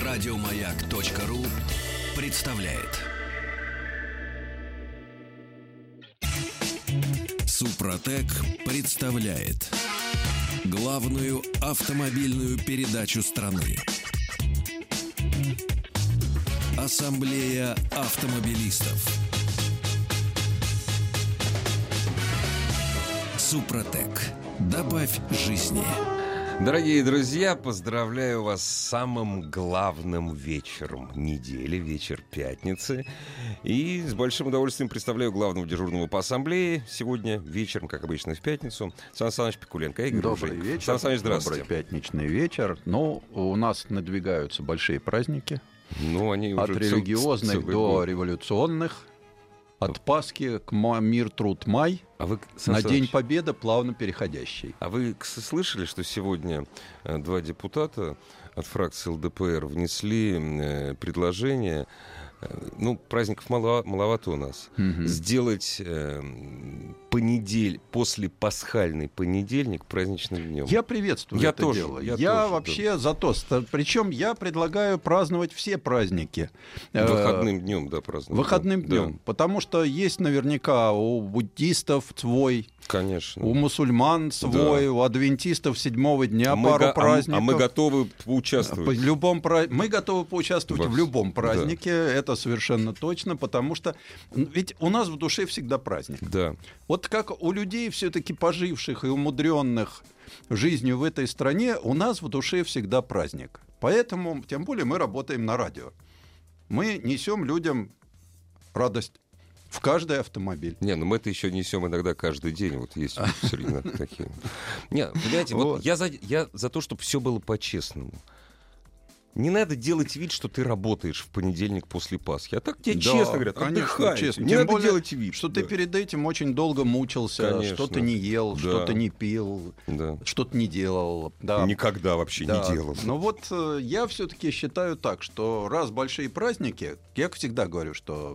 Радиомаяк.ру представляет. Супротек представляет главную автомобильную передачу страны. Ассамблея автомобилистов. Супротек. Добавь жизни. Дорогие друзья, поздравляю вас с самым главным вечером недели, вечер пятницы. И с большим удовольствием представляю главного дежурного по ассамблее сегодня вечером, как обычно, в пятницу, Сан Саныч Пикуленко. Добрый вечер. Сан Саныч, здравствуйте. Добрый пятничный вечер. Ну, у нас надвигаются большие праздники. Ну, они от уже религиозных до революционных. От Пасхи к Мир, труд, май. А вы, на День Победы плавно переходящий. А вы слышали, что сегодня два депутата от фракции ЛДПР внесли предложение, ну, праздников маловато у нас, сделать после пасхальный понедельник праздничным днем. Я приветствую это тоже, дело. Я тоже, вообще за то. Причем я предлагаю праздновать все праздники. Выходным днем, да, праздновать. Выходным днем. Да. Потому что есть наверняка у буддистов свой. Конечно. У мусульман свой, да. У адвентистов седьмого дня пару праздников. А мы готовы поучаствовать. Мы готовы поучаствовать в любом празднике, да. Это совершенно точно, потому что ведь у нас в душе всегда праздник. Да. Вот как у людей, все-таки поживших и умудренных жизнью в этой стране, у нас в душе всегда праздник. Поэтому, тем более, мы работаем на радио. Мы несем людям радость. В каждый автомобиль. Не, ну мы это еще несем иногда каждый день. Вот есть все время такие. Не, понимаете, вот я за то, чтобы все было по-честному. Не надо делать вид, что ты работаешь в понедельник после Пасхи. А так тебе честно говорят, отдыхай. Честно. Не надо делать вид. Что ты перед этим очень долго мучился, конечно. Что-то не ел, да. Что-то не пил, да. Что-то не делал. Да. Никогда вообще не делал. Но вот я все-таки считаю так, что раз большие праздники, я всегда говорю, что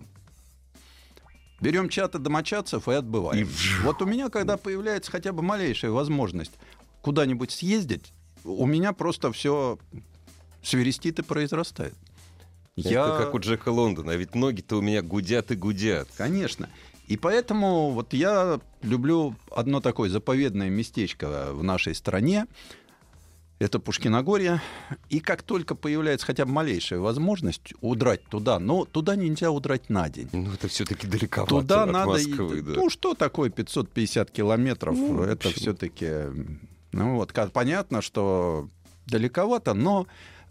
берем чаты домочадцев и отбываем. Вот у меня, когда появляется хотя бы малейшая возможность куда-нибудь съездить, у меня просто все свиристит и произрастает. Это как у Джека Лондона, а ведь ноги-то у меня гудят и гудят. Конечно. И поэтому вот я люблю одно такое заповедное местечко в нашей стране. Это Пушкиногорье. И как только появляется хотя бы малейшая возможность удрать туда, но туда нельзя удрать на день. Ну, это все-таки далековато туда от надо Москвы. Да. Ну, что такое 550 километров? Ну, это все-таки... Ну, вот, понятно, что далековато, но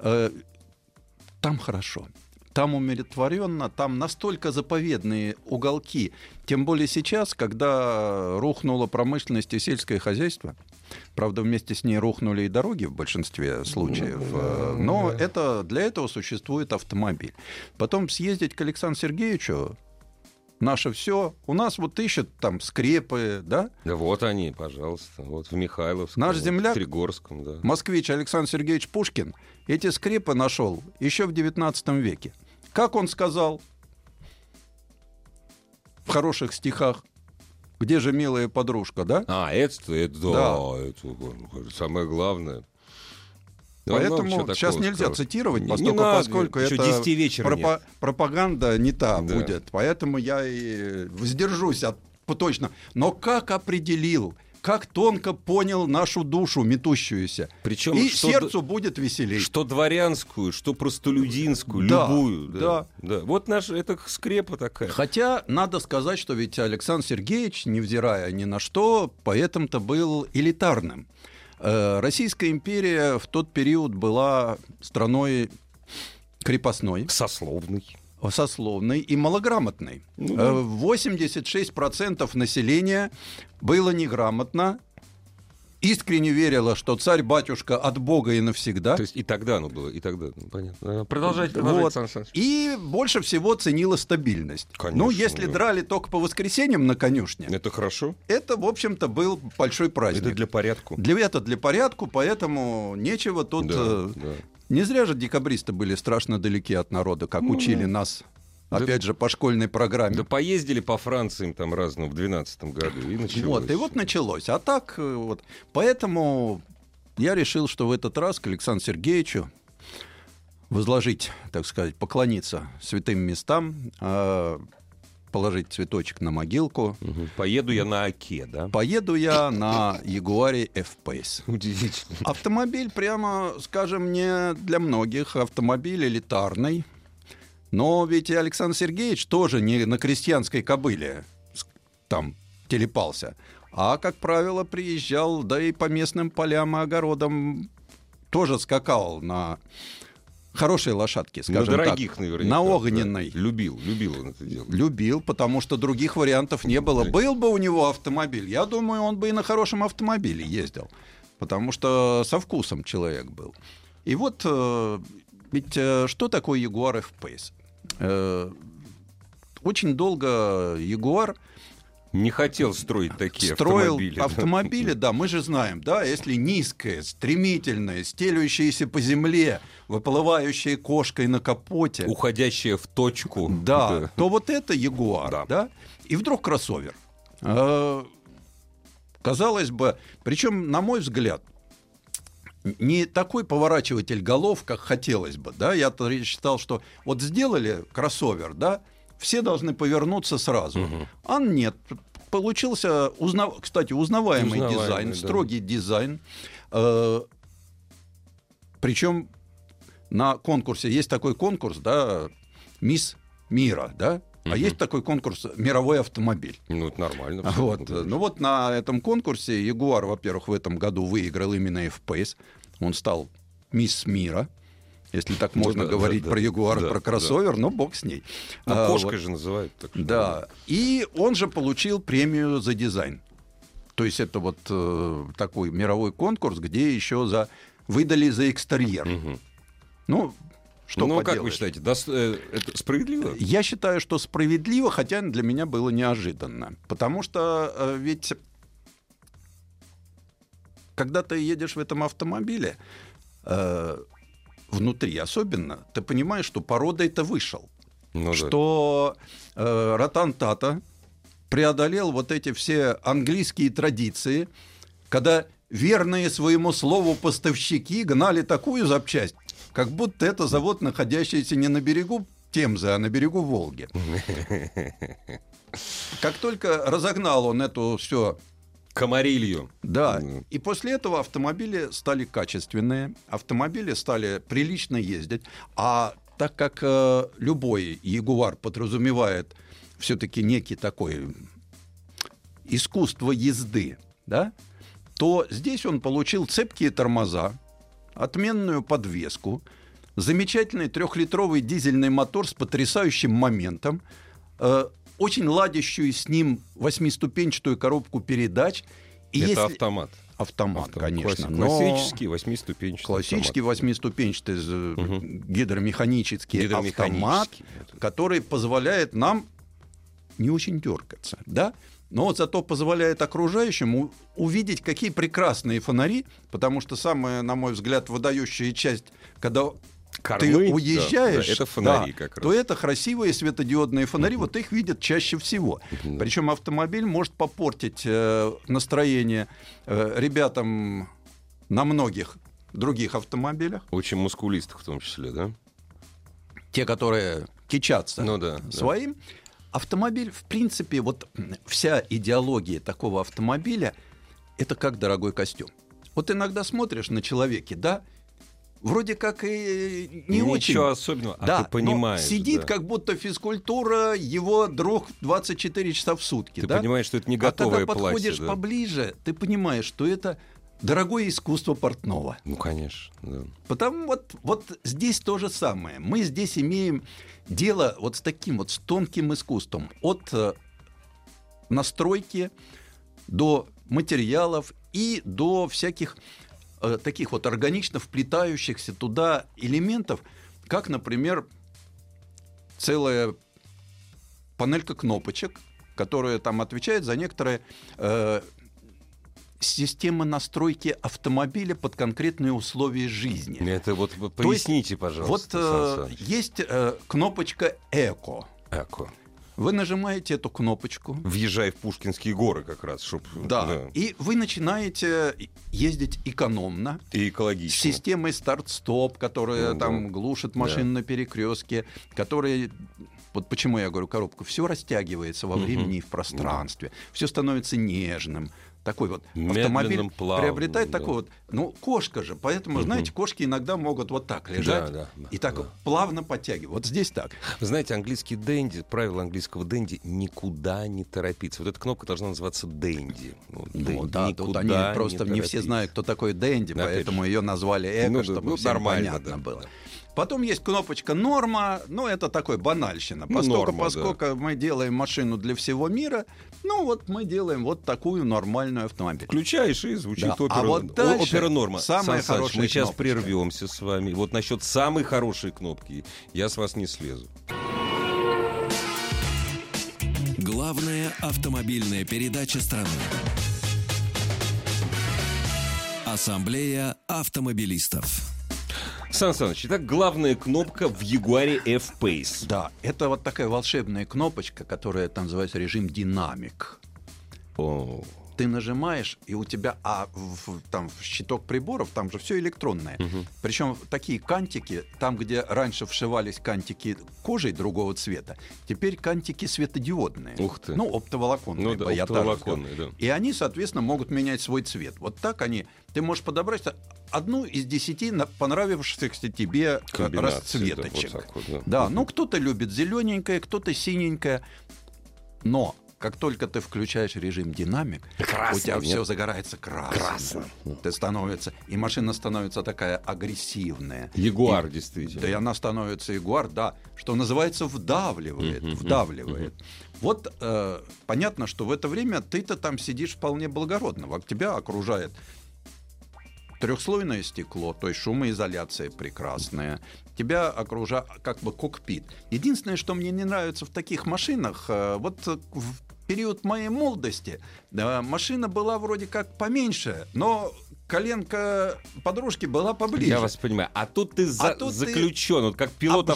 там хорошо. Там умиротворенно, там настолько заповедные уголки. Тем более сейчас, когда рухнула промышленность и сельское хозяйство. Правда, вместе с ней рухнули и дороги в большинстве случаев. Но для этого существует автомобиль. Потом съездить к Александру Сергеевичу, наше все. У нас вот ищут там скрепы, да? Да вот они, пожалуйста. Вот в Михайловском, наш земляк, в Тригорском, да. Москвич Александр Сергеевич Пушкин эти скрепы нашел еще в XIX веке. Как он сказал в хороших стихах: «Где же милая подружка», да? Это самое главное. Поэтому сейчас нельзя цитировать, поскольку это пропаганда не та будет. Поэтому я и воздержусь точно. Но как определил, как тонко понял нашу душу метущуюся. Причем и сердцу будет веселей. Что дворянскую, что простолюдинскую, да, любую. Да. Вот это скрепа такая. Хотя надо сказать, что ведь Александр Сергеевич, невзирая ни на что, поэтому-то был элитарным. Российская империя в тот период была страной крепостной. Сословной и малограмотной. 86% населения было неграмотно, искренне верило, что царь-батюшка от Бога и навсегда. То есть и тогда оно было, понятно. Продолжайте, вот. И больше всего ценила стабильность. Конечно, если драли только по воскресеньям на конюшне... Это хорошо. Это, в общем-то, был большой праздник. Это для порядку. Это для порядку, поэтому нечего тут... Да. Не зря же декабристы были страшно далеки от народа, как учили нас... Опять же, по школьной программе. Да поездили по Франции там разным в 2012 году, и началось. Вот началось. А так вот. Поэтому я решил, что в этот раз к Александру Сергеевичу возложить, так сказать, поклониться святым местам, положить цветочек на могилку. Поеду я на Оке, да? Поеду я на Ягуаре F-Pace. Удивительно. Автомобиль, прямо скажем, не для многих. Автомобиль элитарный. Но ведь и Александр Сергеевич тоже не на крестьянской кобыле там телепался, а, как правило, приезжал, да и по местным полям и огородам тоже скакал на хорошей лошадке, скажем так. На дорогих, наверняка. На огненной. Да. Любил он это дело. Любил, потому что других вариантов не было. Был бы у него автомобиль, я думаю, он бы и на хорошем автомобиле ездил. Потому что со вкусом человек был. И вот ведь что такое Jaguar F-Pace? Очень долго Jaguar не хотел строить такие строил автомобили. Автомобили, да, мы же знаем, да, если низкое, стремительное, стелющееся по земле, выплывающее кошкой на капоте, уходящее в точку. Да, то вот это Ягуар, да, и вдруг кроссовер. Казалось бы, причем, на мой взгляд, не такой поворачиватель голов, как хотелось бы, да, я считал, что вот сделали кроссовер, да, все должны повернуться сразу. А нет, получился, кстати, узнаваемый дизайн, да. Строгий дизайн. Причем на конкурсе, есть такой конкурс, да, «Мисс Мира», да, а есть такой конкурс «Мировой автомобиль». Ну, это нормально. Вот. Ну вот на этом конкурсе Ягуар, во-первых, в этом году выиграл именно F-Pace. Он стал «Мисс Мира», если так можно говорить про Ягуар, про кроссовер, но бог с ней. Ну, кошкой же называют. Так что да. И он же получил премию за дизайн. То есть это вот такой мировой конкурс, где еще выдали за экстерьер. Ну, что поделаешь. Как вы считаете, это справедливо? Я считаю, что справедливо, хотя для меня было неожиданно. Потому что ведь когда ты едешь в этом автомобиле, внутри особенно, ты понимаешь, что породой-то вышел. Что Ротан Тата преодолел вот эти все английские традиции, когда верные своему слову поставщики гнали такую запчасть, как будто это завод, находящийся не на берегу Темзы, а на берегу Волги. Как только разогнал он эту все комарилью. Да, и после этого автомобили стали качественные, автомобили стали прилично ездить, а так как любой Ягуар подразумевает все-таки некий такой искусство езды, да, то здесь он получил цепкие тормоза, отменную подвеску, замечательный 3-литровый дизельный мотор с потрясающим моментом, очень ладящую с ним 8-ступенчатую коробку передач. И это автомат. Автомат, конечно. Классический 8-ступенчатый. Классический 8-ступенчатый гидромеханический автомат, который позволяет нам не очень дергаться, да? Но вот зато позволяет окружающим увидеть, какие прекрасные фонари, потому что самая, на мой взгляд, выдающая часть, когда ты уезжаешь, это фонари как раз. То это красивые светодиодные фонари, вот их видят чаще всего. Причем автомобиль может попортить настроение ребятам на многих других автомобилях. Очень мускулистых в том числе, да? Те, которые кичатся своим. Автомобиль, в принципе, вот вся идеология такого автомобиля — это как дорогой костюм. Вот иногда смотришь на человека, да, вроде как и не очень. Ничего особенного, да, ты понимаешь. Но сидит, как будто физкультура его друг 24 часа в сутки. Ты понимаешь, что это не готовое платье. А когда подходишь поближе, ты понимаешь, что это дорогое искусство портного. Ну, конечно. Да. Потому вот здесь то же самое. Мы здесь имеем дело вот с таким вот с тонким искусством. От настройки до материалов и до всяких таких вот органично вплетающихся туда элементов, как, например, целая панелька кнопочек, которая там отвечает за некоторые системы настройки автомобиля под конкретные условия жизни. Это вот поясните, пожалуйста. Вот есть кнопочка «Эко». Вы нажимаете эту кнопочку. Въезжая в Пушкинские горы как раз. Да. И вы начинаете ездить экономно. И экологично. С системой старт-стоп, которая там глушит машину на перекрестке, которая... Вот почему я говорю коробку. Все растягивается во времени и в пространстве. Все становится нежным. Такой вот автомобиль приобретает такой вот... Ну, кошка же, поэтому, знаете, кошки иногда могут вот так лежать и так плавно подтягивать. Вот здесь так. Вы знаете, английский дэнди, правило английского дэнди — никуда не торопиться. Вот эта кнопка должна называться дэнди. Тут они просто не все знают, кто такой дэнди, поэтому ее назвали эко, чтобы всем понятно было. Потом есть кнопочка «Норма». Ну, это такой банальщина. Поскольку мы делаем машину для всего мира, ну, вот мы делаем вот такую нормальную автомобиль. Включаешь, и звучит опера. А вот дальше опера «Норма». Самая хорошая мы сейчас кнопочка. прервемся с вами. Вот насчет самой хорошей кнопки я с вас не слезу. Главная автомобильная передача страны. Ассамблея автомобилистов. Сан Саныч, итак, главная кнопка в Ягуаре F-Pace. Да, это вот такая волшебная кнопочка, которая там называется режим «Динамик». Ты нажимаешь, и у тебя там в щиток приборов, там же все электронное. Причем такие кантики, там, где раньше вшивались кантики кожей другого цвета, теперь кантики светодиодные. Ух ты. Ну, оптоволоконные. Оптоволоконные, да. И они, соответственно, могут менять свой цвет. Вот так они... Ты можешь подобрать одну из 10 понравившихся тебе расцветочек. Да, вот так вот, да, ну, кто-то любит зелененькое, кто-то синенькое. Но как только ты включаешь режим «Динамик», у тебя все загорается красным. Ты становится, и машина становится такая агрессивная. Ягуар, действительно. Да, и она становится Ягуар, да, что называется, вдавливает. Вот понятно, что в это время ты-то там сидишь вполне благородно. Тебя окружает трехслойное стекло, то есть шумоизоляция прекрасная. Тебя окружает как бы кокпит. Единственное, что мне не нравится в таких машинах, вот в период моей молодости машина была вроде как поменьше, но коленка подружки была поближе. Я вас понимаю. А тут ты заключен, вот как пилот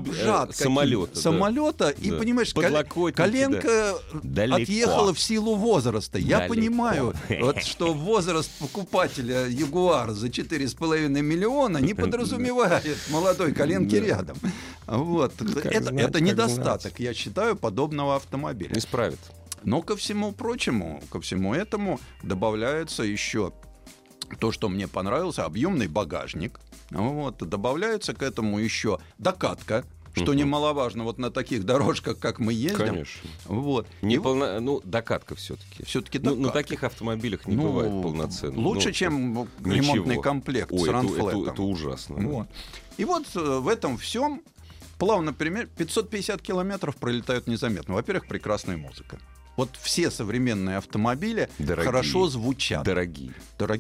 самолета. И, понимаешь, коленка отъехала в силу возраста. Я понимаю, вот, что возраст покупателя Ягуара за 4,5 миллиона не подразумевает молодой коленки рядом. Вот. Это недостаток, я считаю, подобного автомобиля. Исправит. Но ко всему прочему, ко всему этому добавляется еще то, что мне понравилось, объемный багажник. Вот. Добавляется к этому еще докатка, что немаловажно вот на таких дорожках, как мы ездим. Конечно. Вот. Докатка все-таки. Все-таки докатка. На таких автомобилях не бывает полноценно. Лучше, чем ремонтный комплект с ранфлетом. Это ужасно. Вот. И вот в этом всем плавно, 550 километров пролетают незаметно. Во-первых, прекрасная музыка. Вот все современные автомобили хорошо звучат. Дорогие,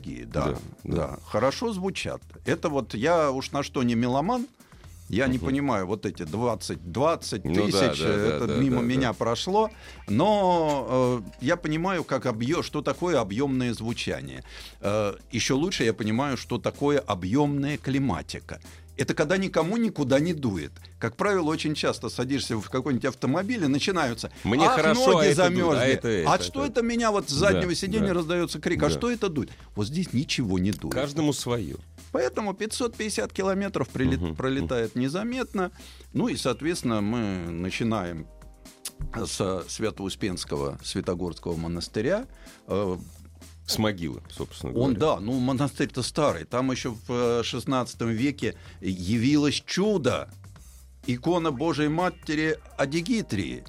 да. Хорошо звучат. Это вот я уж на что не меломан, я не понимаю, вот эти 20 тысяч, мимо меня прошло, но я понимаю, что такое объемное звучание. Еще лучше я понимаю, что такое объемная климатика. Это когда никому никуда не дует. Как правило, очень часто садишься в какой-нибудь автомобиль, и начинаются: мне хорошо, ноги замерзли. Это меня вот с заднего сиденья раздается крик: а что это дует? Вот здесь ничего не дует. Каждому свое. Поэтому 550 километров пролетает незаметно. Ну и, соответственно, мы начинаем с Свято-Успенского Святогорского монастыря. С могилы, собственно говоря. Монастырь-то старый. Там еще в 16 веке явилось чудо. Икона Божией Матери Адигитрии.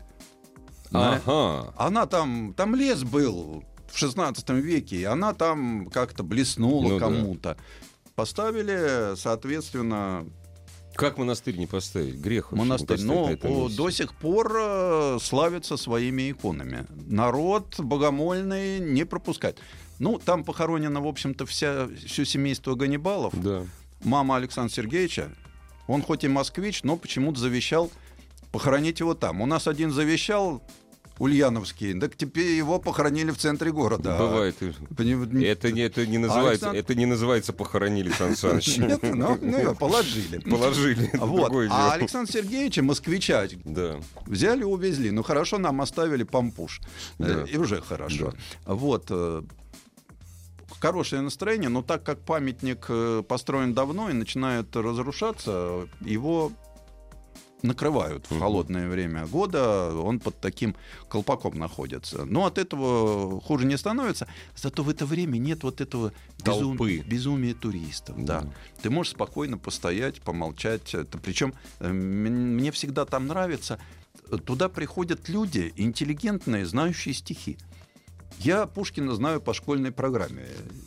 Ага. Она там лес был в 16 веке, и она там как-то блеснула кому-то. Поставили, соответственно... Как монастырь не поставить? Грех. Монастырь. Но до сих пор славится своими иконами. Народ богомольный не пропускает. Там похоронено, в общем-то, все семейство Ганнибалов. Да. Мама Александра Сергеевича. Он хоть и москвич, но почему-то завещал похоронить его там. У нас один завещал, Ульяновский, так теперь его похоронили в центре города. Бывает. Это не называется похоронили, Сан Саныч. Нет, ну, положили. Положили. Вот. А Александра Сергеевича, москвича, взяли, увезли. Ну, хорошо, нам оставили пампуш. И уже хорошо. Вот. Хорошее настроение, но так как памятник построен давно и начинает разрушаться, его накрывают в холодное время года, он под таким колпаком находится. Но от этого хуже не становится. Зато в это время нет вот этого безумия туристов. Да. Ты можешь спокойно постоять, помолчать. Причем мне всегда там нравится, туда приходят люди интеллигентные, знающие стихи. Я Пушкина знаю по школьной программе.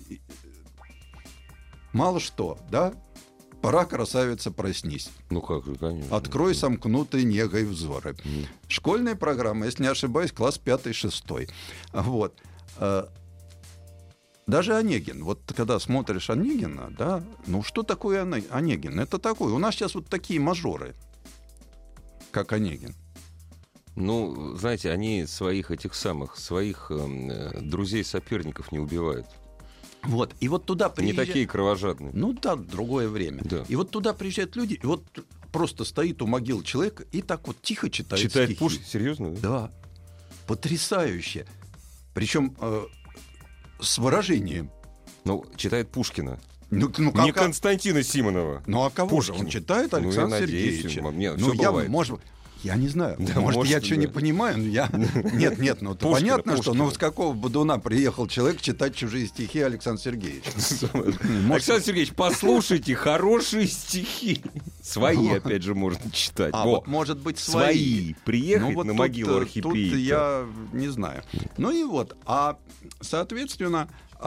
Мало что, да? Пора, красавица, проснись. Ну как же, конечно. Открой сомкнутые негой взоры. Школьная программа, если не ошибаюсь, класс 5-6. Вот. Даже Онегин. Вот когда смотришь Онегина, да, ну что такое Онегин? Это такой. У нас сейчас вот такие мажоры, как Онегин. Ну, знаете, они своих друзей-соперников не убивают. Вот. И вот туда приезжают... Не такие кровожадные. Ну да, другое время. Да. И вот туда приезжают люди, и вот просто стоит у могил человек и так вот тихо читает стихи. Читает Пушкин? Серьезно? Да. Потрясающе. Причем с выражением. Ну, читает Пушкина. Не Константина Симонова. Ну а кого Пушкина. же он читает? Александра Сергеевича. Я не знаю. Да, может, я что не понимаю, но я... Нет, ну понятно, что... Ну, с какого Бодуна приехал человек читать чужие стихи Александра Сергеевича? Александр Сергеевич, послушайте хорошие стихи. Свои, опять же, можно читать. Вот, может быть, свои. Приехать на могилу архипиепа. Тут я не знаю. Ну и вот. Соответственно,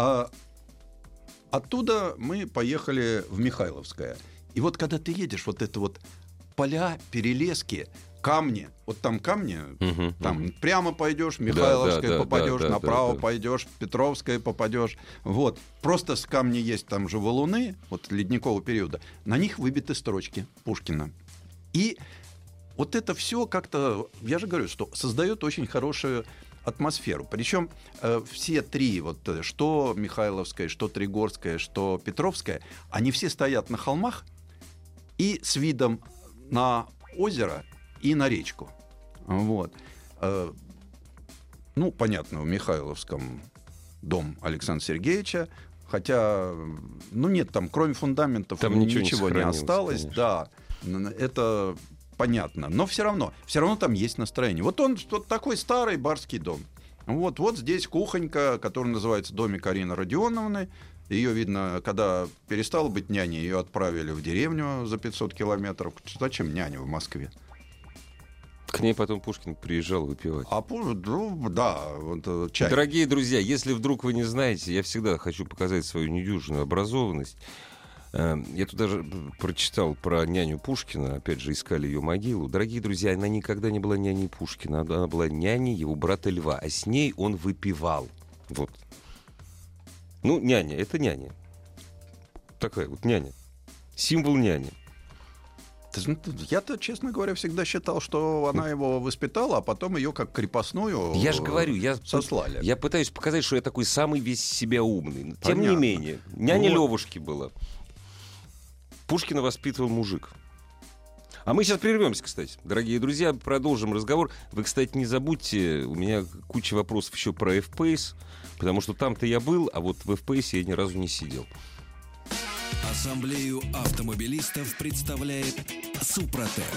оттуда мы поехали в Михайловское. И вот когда ты едешь, вот это вот поля, перелески, камни. Вот там камни, там прямо пойдешь, Михайловское попадешь, направо пойдешь, Петровское попадешь. Вот. Просто с камней есть там же валуны, вот ледникового периода. На них выбиты строчки Пушкина. И вот это все как-то, я же говорю, что создает очень хорошую атмосферу. Причем все три, вот, что Михайловское, что Тригорское, что Петровское, они все стоят на холмах и с видом на озеро и на речку. Вот. Ну, понятно, в Михайловском дом Александра Сергеевича, хотя, ну, нет, там, кроме фундаментов, там ничего не осталось. Конечно. Да, это понятно. Но все равно там есть настроение. Вот он вот такой старый барский дом. Вот здесь кухонька, которая называется домик Арины Родионовны. Ее, видно, когда перестала быть няней, ее отправили в деревню за 500 километров. Зачем няня в Москве? К ней потом Пушкин приезжал выпивать. Чай. Дорогие друзья, если вдруг вы не знаете, я всегда хочу показать свою недюжинную образованность. Я тут даже прочитал про няню Пушкина, опять же, искали ее могилу. Дорогие друзья, она никогда не была няней Пушкина, она была няней его брата Льва, а с ней он выпивал. Вот. Ну, няня, это няня. Такая вот няня. Символ няни. Я-то, честно говоря, всегда считал, что она его воспитала, а потом ее как крепостную я же говорю, сослали. Я пытаюсь показать, что я такой самый весь себя умный. Тем не менее, няня Левушки была. Пушкина воспитывал мужик. А мы сейчас прервемся, кстати. Дорогие друзья, продолжим разговор. Вы, кстати, не забудьте, у меня куча вопросов еще про F-Pace, потому что там-то я был, а вот в F-Pace я ни разу не сидел. Ассамблею автомобилистов представляет Супротек.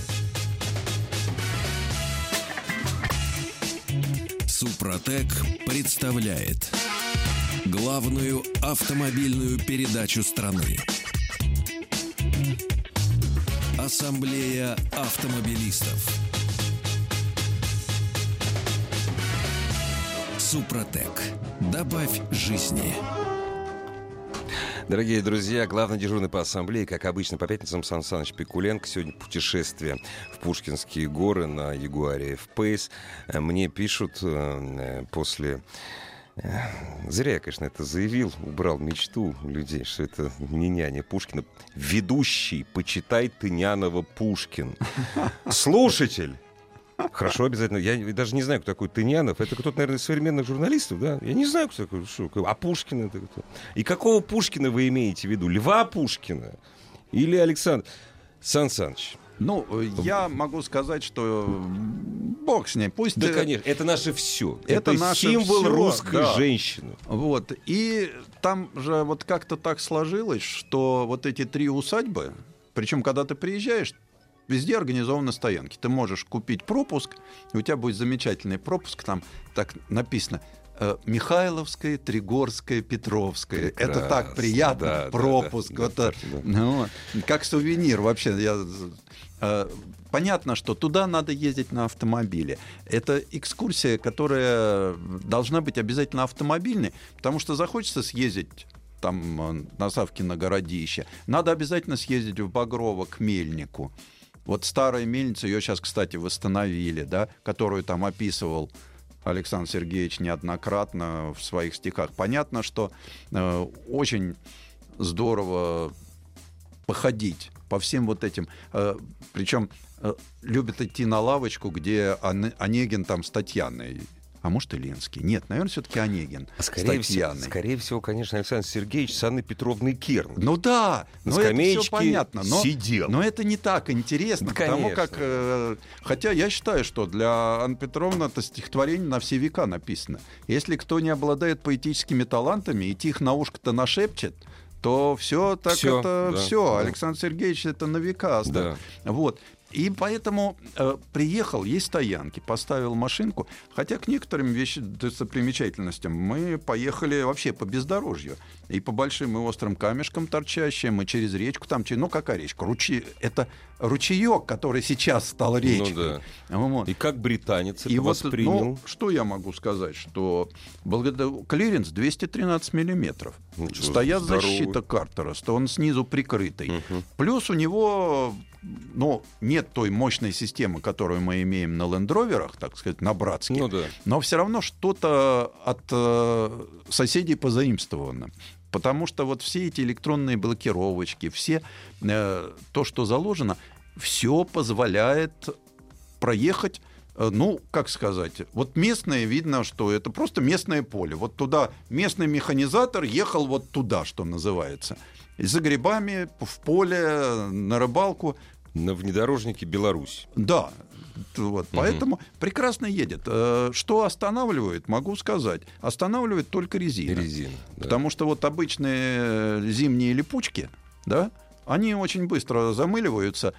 Супротек представляет главную автомобильную передачу страны. Ассамблея автомобилистов. Супротек. Добавь жизни. Дорогие друзья, главный дежурный по ассамблее, как обычно, по пятницам Сан Саныч Пикуленко. Сегодня путешествие в Пушкинские горы на Ягуаре F-Pace. Мне пишут после... Зря я, конечно, это заявил, убрал мечту людей, что это не няня Пушкина. Ведущий, почитай ты Нянова Пушкин. Слушатель, Хорошо, обязательно. Я даже не знаю, кто такой Тынянов. Это кто-то, наверное, из современных журналистов, да? Я не знаю, кто такой. А Пушкин это кто? И какого Пушкина вы имеете в виду? Льва Пушкина? Или Александр Сан Саныч? Ну, я могу сказать, что бог с ней. Пусть... Да, конечно, это наше все. Это наше символ всё, русской да. женщины. Вот. И там же вот как-то так сложилось, что вот эти 3 усадьбы, причем, когда ты приезжаешь, везде организованы стоянки. Ты можешь купить пропуск, и у тебя будет замечательный пропуск, там так написано Михайловская, Тригорская, Петровская. Прекрасно. Это так приятно, да, пропуск. Да, да, да. Ну, как сувенир вообще. Понятно, что туда надо ездить на автомобиле. Это экскурсия, которая должна быть обязательно автомобильной, потому что захочется съездить там на Савкино городище. Надо обязательно съездить в Багрово к мельнику. Вот старая мельница, ее сейчас, кстати, восстановили, да, которую там описывал Александр Сергеевич неоднократно в своих стихах. Понятно, что очень здорово походить по всем вот этим. Причем любят идти на лавочку, где Онегин там с Татьяной. А может, и Ленский. Нет, наверное, все-таки Онегин с Татьяной. Скорее всего, конечно, Александр Сергеевич с Анной Петровной Керн. Ну да, на скамеечке это все понятно. сидел. Но это не так интересно, да, потому как... хотя я считаю, что для Анны Петровны это стихотворение на все века написано. Если кто не обладает поэтическими талантами и тихо на ушко-то нашепчет, то все так все, это да, все. Да. Александр Сергеевич это на века оставил. Да. Вот. И поэтому приехал, есть стоянки, поставил машинку. Хотя к некоторым достопримечательностям мы поехали вообще по бездорожью. И по большим и острым камешкам торчащим, и через речку. Там, ну какая речка? Это ручеек, который сейчас стал речкой. Ну, да. Вот. И как британец это воспринял? Вот, что я могу сказать? Что клиренс 213 миллиметров. Стоят защита Картера, что он снизу прикрытый. Угу. Плюс у него... Но нет той мощной системы, которую мы имеем на лендроверах, так сказать, на братских. Ну, да. Но все равно что-то от соседей позаимствовано. Потому что вот все эти электронные блокировочки, все то, что заложено, все позволяет проехать. Ну, как сказать, вот местное видно, что это просто местное поле. Вот туда местный механизатор ехал вот туда, что называется. За грибами, в поле, на рыбалку. На внедорожнике Беларусь. Да, вот, поэтому прекрасно едет. Что останавливает, могу сказать. Останавливает только резина. Да. Потому что вот обычные зимние липучки, да, они очень быстро замыливаются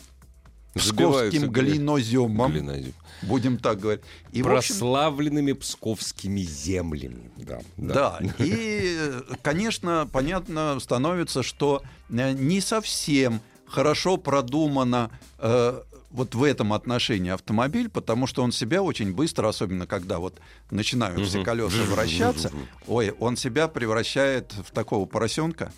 псковским глиноземом. Будем так говорить. И, прославленными псковскими землями. Да. И, конечно, понятно становится, что не совсем хорошо продумано вот в этом отношении автомобиль, потому что он себя очень быстро, особенно когда вот начинают все колеса вращаться, он себя превращает в такого поросенка.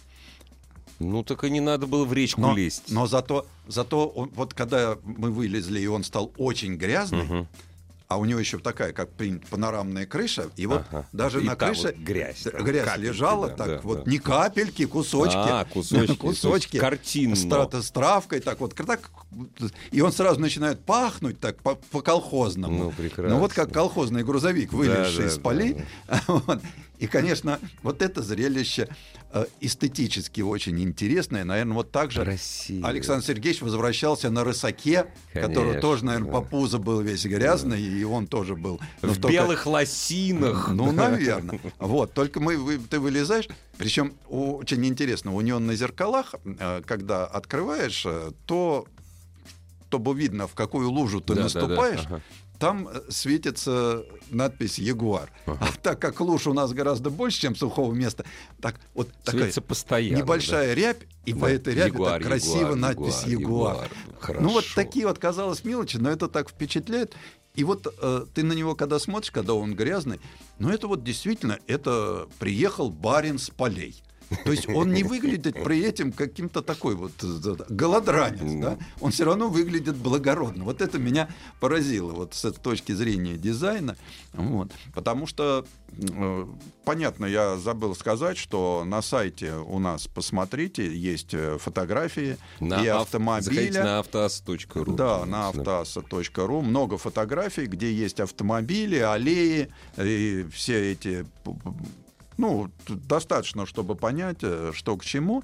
Ну, так и не надо было в речку лезть. Но зато вот когда мы вылезли, и он стал очень грязный, а у него еще такая, как принято, панорамная крыша, и вот даже и на крыше вот грязь капельки, лежала, не капельки, кусочки, картинно. С травкой, так, и он сразу начинает пахнуть так по-колхозному. Ну, прекрасно. Ну, вот как колхозный грузовик, вылезший из полей. Вот. И, конечно, вот это зрелище эстетически очень интересное. Наверное, вот так же Александр Сергеевич возвращался на рысаке, который тоже, наверное, по пузо был весь грязный, и он тоже был. В белых лосинах. Ну, наверное. Вот, только ты вылезаешь, причем очень интересно, у него на зеркалах, когда открываешь, то чтобы видно, в какую лужу ты наступаешь, там светится надпись «Ягуар». А так как луж у нас гораздо больше, чем сухого места, так вот такая небольшая рябь, и по этой ряби так красиво надпись «Ягуар». Ну вот такие вот, казалось, мелочи, но это так впечатляет. И вот ты на него, когда смотришь, когда он грязный, ну это вот действительно, это приехал барин с полей. То есть он не выглядит при этом каким-то такой вот голодранец, да? Он все равно выглядит благородно. Вот это меня поразило вот с точки зрения дизайна. Вот. Потому что, понятно, я забыл сказать, что на сайте у нас, посмотрите, есть фотографии и автомобиля. Заходите на автоаса.ру. Да, на автоаса.ру. Много фотографий, где есть автомобили, аллеи и все эти... Ну, достаточно, чтобы понять, что к чему.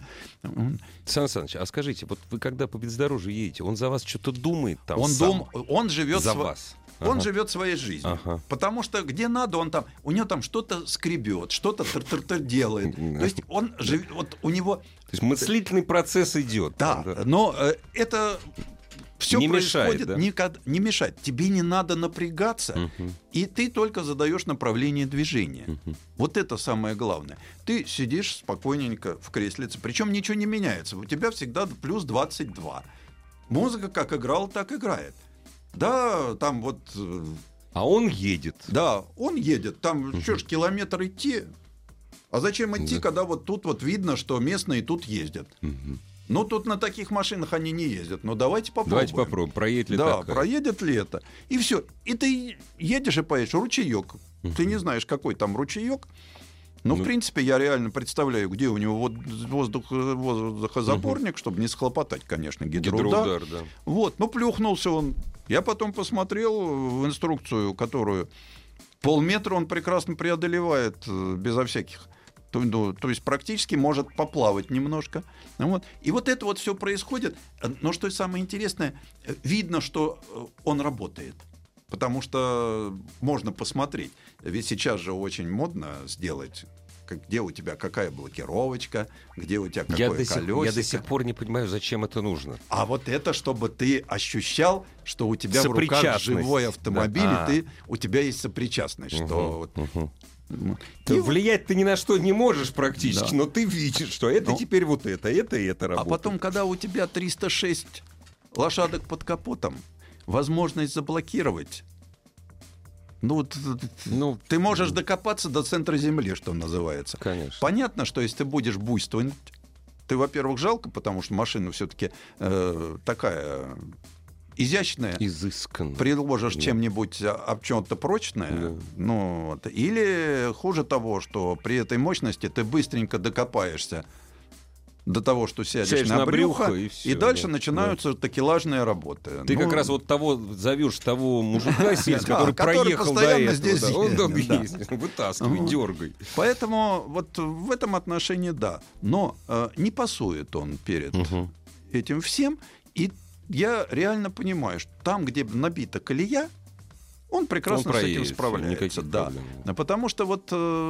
Сан Саныч, а скажите, вот вы когда по бездорожью едете, он за вас что-то думает там Он живет за вас? Он живет своей жизнью. Потому что где надо, он там, у него там что-то скребет, что-то делает. То есть он живет, вот у него... То есть мыслительный процесс идет. Да, но это... Все не происходит, мешает, да? не мешает. Тебе не надо напрягаться, и ты только задаешь направление движения. Вот это самое главное. Ты сидишь спокойненько в креслице, причем ничего не меняется. У тебя всегда плюс 22. Музыка как играла, так играет. Да, там вот... А он едет. Да, он едет. Там что ж, километр идти. А зачем идти, когда вот тут вот видно, что местные тут ездят? Ну, тут на таких машинах они не ездят. Но давайте попробуем. Давайте попробуем, проедет ли такая. Да, проедет ли это. И все. И ты едешь и поедешь. Ручеек. Ты не знаешь, какой там ручеек. Но, в принципе, я реально представляю, где у него воздухозаборник, чтобы не схлопотать, конечно, гидроудар. Да. Вот, ну, плюхнулся он. Я потом посмотрел в инструкцию, которую полметра он прекрасно преодолевает безо всяких... То есть практически может поплавать немножко. Вот. И вот это вот все происходит. Но что самое интересное, видно, что он работает. Потому что можно посмотреть. Ведь сейчас же очень модно сделать, где у тебя какая блокировочка, где у тебя какое колесико. Я до сих пор не понимаю, зачем это нужно. А вот это, чтобы ты ощущал, что у тебя в руках живой автомобиль, да. И у тебя есть сопричастность. Что Ты влиять ты ни на что не можешь практически, да. Но ты видишь, что это теперь вот это работает. А потом, когда у тебя 306 лошадок под капотом, возможность заблокировать, ты можешь докопаться до центра земли, что называется. Конечно. Понятно, что если ты будешь буйствовать, ты, во-первых, жалко, потому что машина все-таки такая... изящная, изысканная. Приложишь чем-нибудь об чем-то прочное, или хуже того, что при этой мощности ты быстренько докопаешься до того, что сядешь на брюхо, и дальше начинаются такелажные работы. Ты как раз вот зовешь того мужика сельского, который проехал до этого. Здесь вытаскивай, дергай. Поэтому вот в этом отношении да. Но не пасует он перед этим всем, и я реально понимаю, что там, где набита колея, он прекрасно с этим справляется. Да. Потому что вот...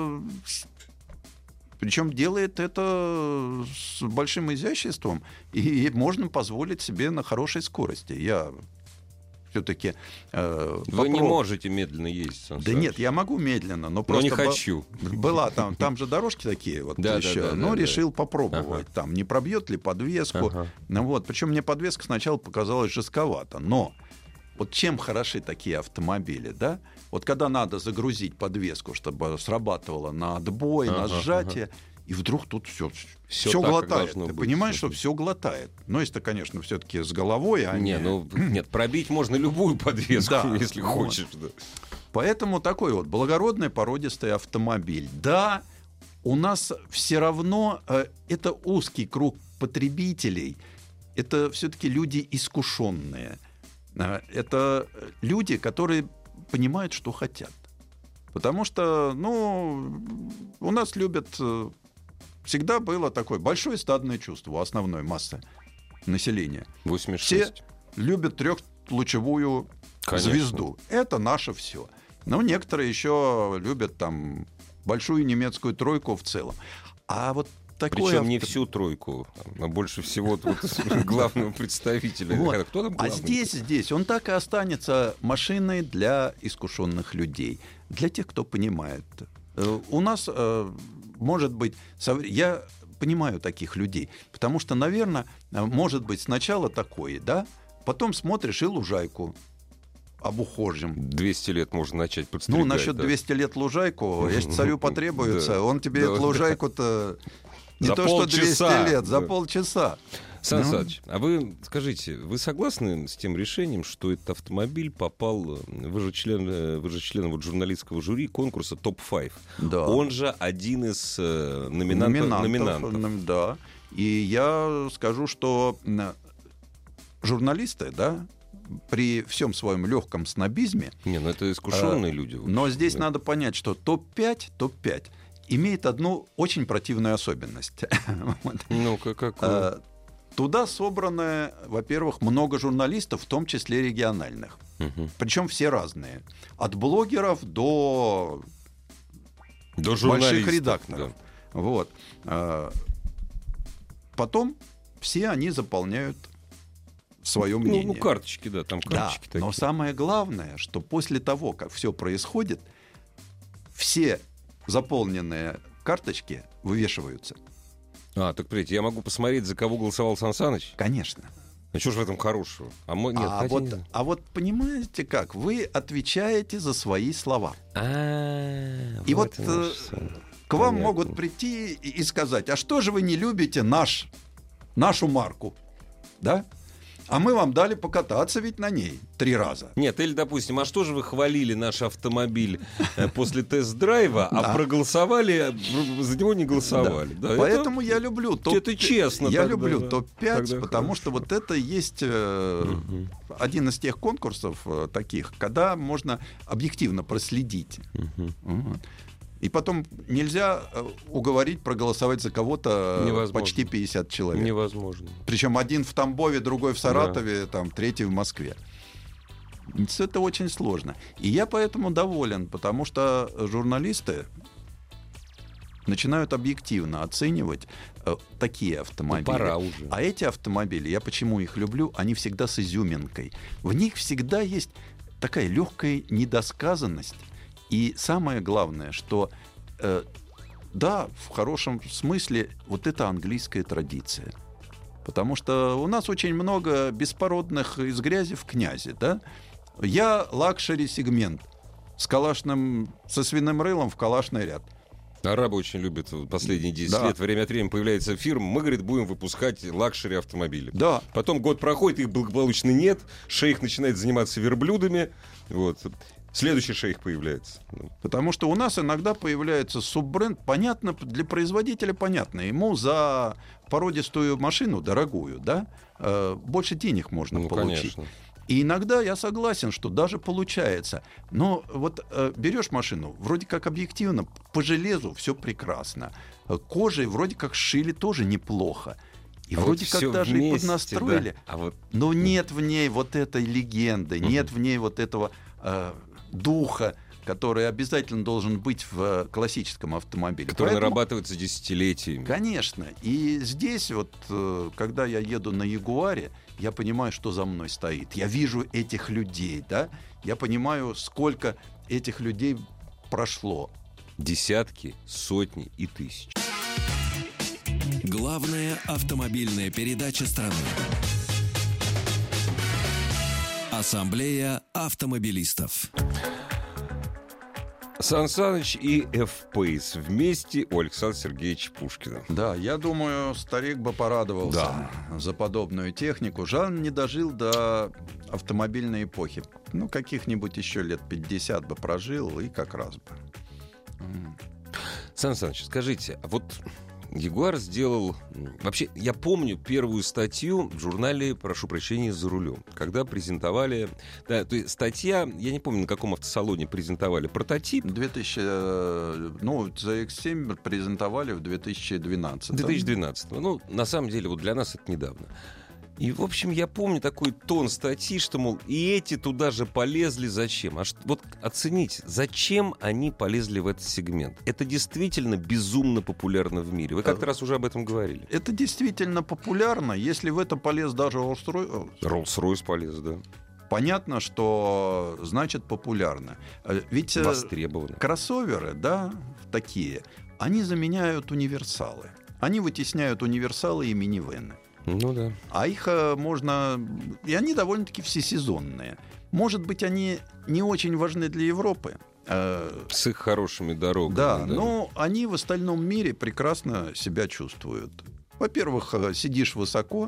Причем делает это с большим изяществом, и можно позволить себе на хорошей скорости. Я все-таки... Вы не можете медленно ездить, Сан Саныч. Да нет, я могу медленно, но просто... не хочу. Была там же дорожки такие вот еще, но решил попробовать. Там не пробьет ли подвеску. Причем мне подвеска сначала показалась жестковато, но... Вот чем хороши такие автомобили, да? Вот когда надо загрузить подвеску, чтобы срабатывало на отбой, на сжатие, и вдруг тут все глотает. Ты понимаешь, что все глотает. Но если, конечно, все-таки с головой, а не... Нет, пробить можно любую подвеску, если хочешь. Да. Поэтому такой вот благородный породистый автомобиль. Да, у нас все равно это узкий круг потребителей. Это все-таки люди искушенные. Это люди, которые понимают, что хотят. Потому что, у нас любят... Всегда было такое большое стадное чувство у основной массы населения. 86. Все любят трехлучевую звезду. Это наше все. Но некоторые еще любят там большую немецкую тройку в целом. А вот причем не всю тройку, а больше всего главного представителя. Кто там главный? А здесь он так и останется машиной для искушенных людей, для тех, кто понимает. У нас, может быть, я понимаю таких людей, потому что, наверное, может быть сначала такое, да, потом смотришь и лужайку об ухожем. 200 лет можно начать подстригать. Насчет 200 лет лужайку, если царю потребуется, он тебе эту лужайку-то Не за то, что 200 лет, за Да. полчаса. Сан Саныч, а вы скажите, вы согласны с тем решением, что этот автомобиль попал, вы же член вот журналистского жюри конкурса ТОП-5, Да. он же один из номинантов. Да. И я скажу, что журналисты, да, при всем своем легком снобизме, Не, ну это искушенные люди. но здесь Да. надо понять, что топ-5 имеет одну очень противную особенность. Вот. Ну-ка, какой? Туда собрано, во-первых, много журналистов, в том числе региональных. Мгм. Причем все разные. От блогеров до До больших журналистов, редакторов. да. Вот. Потом все они заполняют свое мнение. Ну, карточки, да, там Да, карточки такие. но самое главное, что после того, как все происходит, все заполненные карточки вывешиваются. Так, смотрите, я могу посмотреть, за кого голосовал Сан Саныч? Конечно. А что ж в этом хорошего? Нет, хотя не знаю. А вот понимаете как? Вы отвечаете за свои слова. И вот к вам Понятно. могут прийти и сказать: а что же вы не любите нашу марку? Да? А мы вам дали покататься ведь на ней 3 раза. Нет, или, допустим, а что же вы хвалили наш автомобиль после тест-драйва, а Да. проголосовали, за него не голосовали? Да. Да, Поэтому я люблю топ-5. это честно Я тогда, люблю да. топ-5, Тогда потому хорошо. что вот это есть один из тех конкурсов таких, когда можно объективно проследить. Вот. И потом нельзя уговорить проголосовать за кого-то Невозможно. почти 50 человек. Невозможно. Причем один в Тамбове, другой в Саратове, там, третий в Москве. Это очень сложно. И я поэтому доволен, потому что журналисты начинают объективно оценивать такие автомобили. Пора уже. А эти автомобили, я почему их люблю, они всегда с изюминкой. В них всегда есть такая легкая недосказанность. И самое главное, что да, в хорошем смысле вот это английская традиция. Потому что у нас очень много беспородных из грязи в князи, да? Я лакшери-сегмент со свиным рылом в калашный ряд. Арабы очень любят последние 10 Да. лет. Время от времени появляется фирма. Мы, говорит, будем выпускать лакшери автомобили. Да. Потом год проходит, их благополучно нет. Шейх начинает заниматься верблюдами. Вот. Следующий шейх появляется. Потому что у нас иногда появляется суббренд, понятно, для производителя понятно. Ему за породистую машину, дорогую, да, больше денег можно получить. Конечно. И иногда я согласен, что даже получается. Но вот берешь машину, вроде как объективно, по железу все прекрасно. Кожей вроде как сшили тоже неплохо. И вроде вот как даже и вместе, поднастроили. да. А вот Но нет в ней вот этой легенды, нет в ней вот этого духа, который обязательно должен быть в классическом автомобиле. который Поэтому, нарабатывается десятилетиями. конечно. И здесь вот, когда я еду на Ягуаре, я понимаю, что за мной стоит. Я вижу этих людей, да? Я понимаю, сколько этих людей прошло. Десятки, сотни и тысячи. Главная автомобильная передача страны. Ассамблея автомобилистов. Сан Саныч и F-Pace вместе у Александра Сергеевича Пушкина. Да, я думаю, старик бы порадовался за подобную технику. Жан не дожил до автомобильной эпохи. Ну, каких-нибудь еще лет 50 бы прожил, и как раз бы. Сан Саныч, скажите, а вот Ягуар сделал... Вообще, я помню первую статью в журнале «Прошу прощения, за рулем», когда презентовали... Да, то есть статья, я не помню, на каком автосалоне презентовали прототип. ZX-7 презентовали в 2012. 2012. Ну, на самом деле, вот для нас это недавно. И, в общем, я помню такой тон статьи, что, мол, и эти туда же полезли. Зачем? Вот оцените, зачем они полезли в этот сегмент? Это действительно безумно популярно в мире. Вы как-то раз уже об этом говорили. Это действительно популярно. Если в это полез даже Rolls-Royce полез, да. понятно, что значит популярно. Ведь Востребовано. кроссоверы, да, такие, они заменяют универсалы. Они вытесняют универсалы и минивэны. Ну да. А их можно... И они довольно-таки всесезонные. Может быть, они не очень важны для Европы, С их хорошими дорогами. Да, но они в остальном мире прекрасно себя чувствуют. Во-первых, сидишь высоко,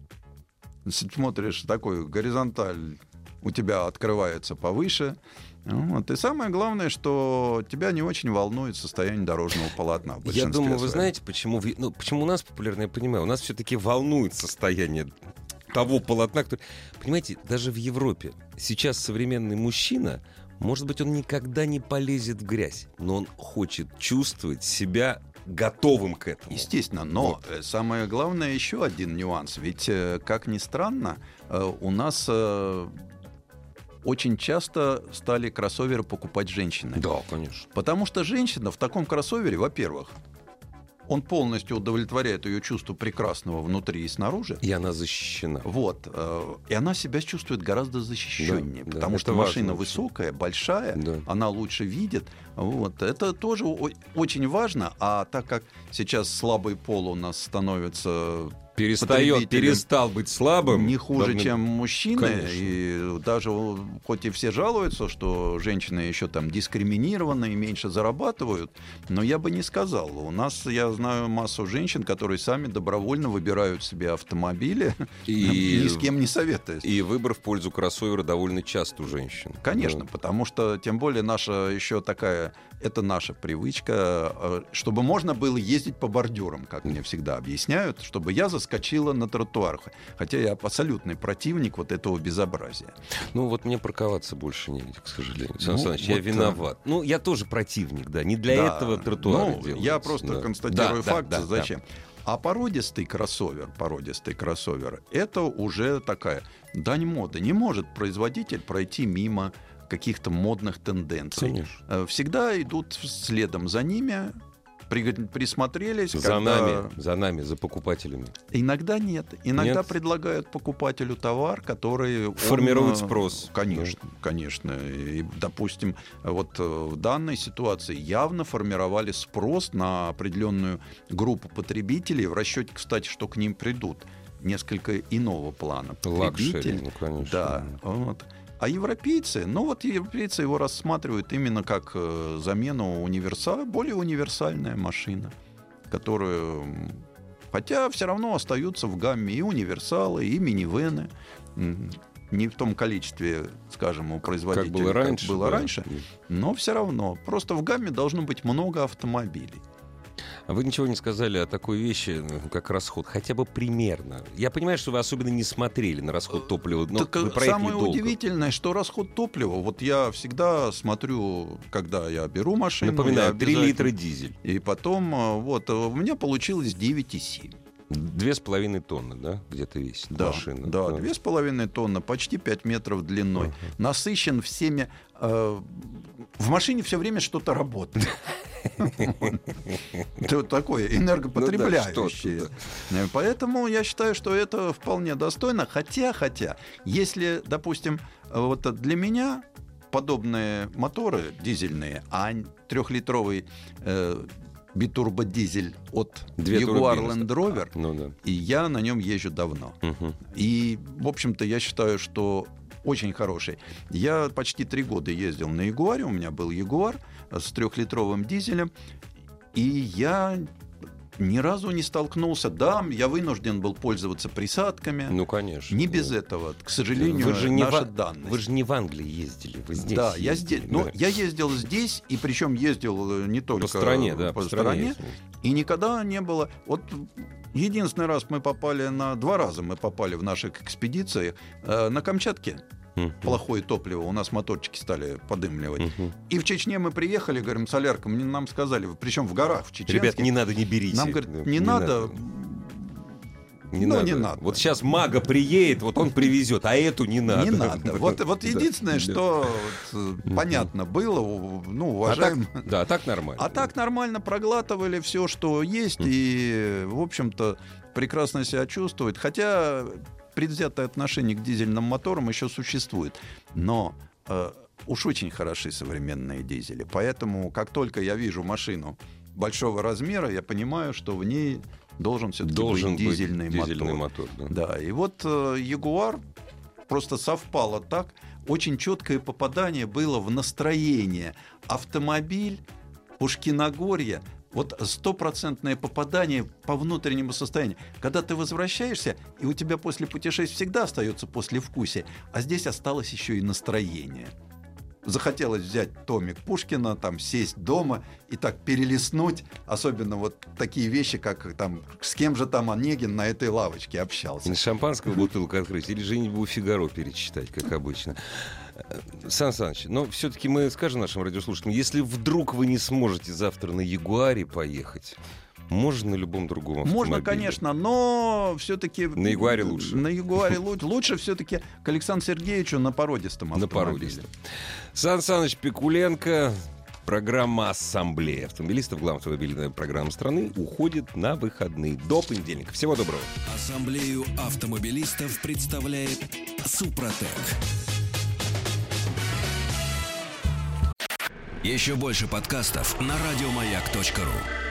смотришь, такой горизонталь у тебя открывается повыше. Вот. И самое главное, что тебя не очень волнует состояние дорожного полотна. Я думаю, вы знаете, почему у нас популярно, я понимаю, у нас все-таки волнует состояние того полотна, который... Понимаете, даже в Европе сейчас современный мужчина, может быть, он никогда не полезет в грязь, но он хочет чувствовать себя готовым к этому. Естественно, но самое главное еще один нюанс. Ведь, как ни странно, у нас... очень часто стали кроссоверы покупать женщины. Да, конечно. Потому что женщина в таком кроссовере, во-первых, он полностью удовлетворяет ее чувство прекрасного внутри и снаружи. И она защищена. Вот. И она себя чувствует гораздо защищеннее. Да, потому что машина высокая, большая, она лучше видит. Вот. Это тоже очень важно. А так как сейчас слабый пол у нас становится... перестал быть слабым. Не хуже, чем мужчины. Конечно. И даже хоть и все жалуются, что женщины еще там дискриминированы и меньше зарабатывают, но я бы не сказал. У нас, я знаю массу женщин, которые сами добровольно выбирают себе автомобили, и ни с кем не советуясь. И выбор в пользу кроссовера довольно часто у женщин. Конечно, потому что, тем более, наша еще такая... Это наша привычка, чтобы можно было ездить по бордюрам, как мне всегда объясняют, чтобы я заскочила на тротуар. Хотя я абсолютный противник вот этого безобразия. Ну вот мне парковаться больше негде, к сожалению. Я виноват. Я тоже противник, да. Не для этого тротуар делается. Я просто констатирую факт, зачем. А породистый кроссовер, это уже такая дань моды. Не может производитель пройти мимо каких-то модных тенденций. Конечно. Всегда идут следом за ними, присмотрелись. За нами, за покупателями. Иногда нет. Иногда предлагают покупателю товар, который... Формирует спрос. Конечно. И, допустим, вот в данной ситуации явно формировали спрос на определенную группу потребителей в расчете, кстати, что к ним придут несколько иного плана потребителей. Лакшери, конечно. Да, вот. А европейцы, европейцы его рассматривают именно как замену более универсальная машина, которую... Хотя все равно остаются в гамме и универсалы, и минивены. Не в том количестве, скажем, у производителей, как было раньше, но все равно. Просто в гамме должно быть много автомобилей. А вы ничего не сказали о такой вещи, как расход, хотя бы примерно. Я понимаю, что вы особенно не смотрели на расход топлива, но вы проехали самое долго. Удивительное, что расход топлива, вот я всегда смотрю, когда я беру машину... Напоминаю, 3 литра дизель. И потом, у меня получилось 9,7. 2,5 тонны, да, где-то весит машина? Да, 2,5 тонны, почти 5 метров длиной. Насыщен всеми... В машине все время что-то работает. Это такое энергопотребляющее. Поэтому я считаю, что это вполне достойно. Хотя, если, допустим, вот для меня подобные моторы дизельные, а 3-литровый битурбодизель от Jaguar Land Rover, и я на нем езжу давно. И, в общем-то, я считаю, что очень хороший. Я почти 3 года ездил на Ягуаре. У меня был Ягуар с 3-литровым дизелем. И я ни разу не столкнулся. Да, я вынужден был пользоваться присадками. Ну, конечно. Не без этого. К сожалению, наша данность. Вы же не в Англии ездили, вы здесь. Да, я здесь. Но я ездил здесь, и причем ездил не только по стране. И никогда не было... Вот единственный раз мы попали 2 раза мы попали в наших экспедициях на Камчатке. Плохое топливо, у нас моторчики стали подымливать. И в Чечне мы приехали, говорим, солярка, нам сказали, причем в горах, в чеченских. Ребят, не надо, не берите. Нам говорят, не надо. Не надо. Вот сейчас мага приедет, вот он привезет, а эту не надо. Не надо. Вот единственное, что понятно было, уважаем. Да, так нормально. А так нормально проглатывали все, что есть, и, в общем-то, прекрасно себя чувствует. Хотя предвзятое отношение к дизельным моторам еще существует. Но уж очень хороши современные дизели. Поэтому, как только я вижу машину большого размера, я понимаю, что в ней должен все-таки быть дизельный мотор. Да. Да, и вот Jaguar просто совпало так. Очень четкое попадание было в настроение. Автомобиль, Пушкиногорье, вот 100% попадание по внутреннему состоянию. Когда ты возвращаешься, и у тебя после путешествия всегда остается послевкусие, а здесь осталось еще и настроение. Захотелось взять томик Пушкина, там, сесть дома и так перелистнуть, особенно вот такие вещи, как там, с кем же там Онегин на этой лавочке общался. Из шампанского бутылку открыть или «Женитьбу Фигаро» перечитать, как обычно. Сан Саныч, но все-таки мы скажем нашим радиослушателям, если вдруг вы не сможете завтра на Ягуаре поехать, можно на любом другом автомобиле? Можно, конечно, но все-таки... На Ягуаре лучше. На Ягуаре лучше. Лучше все-таки к Александру Сергеевичу на породистом автомобиле. На породистом. Сан Саныч Пикуленко, программа «Ассамблея автомобилистов», главная автомобильная программа страны, уходит на выходные до понедельника. Всего доброго. Ассамблею автомобилистов представляет Супротек. Еще больше подкастов на радиомаяк.ру.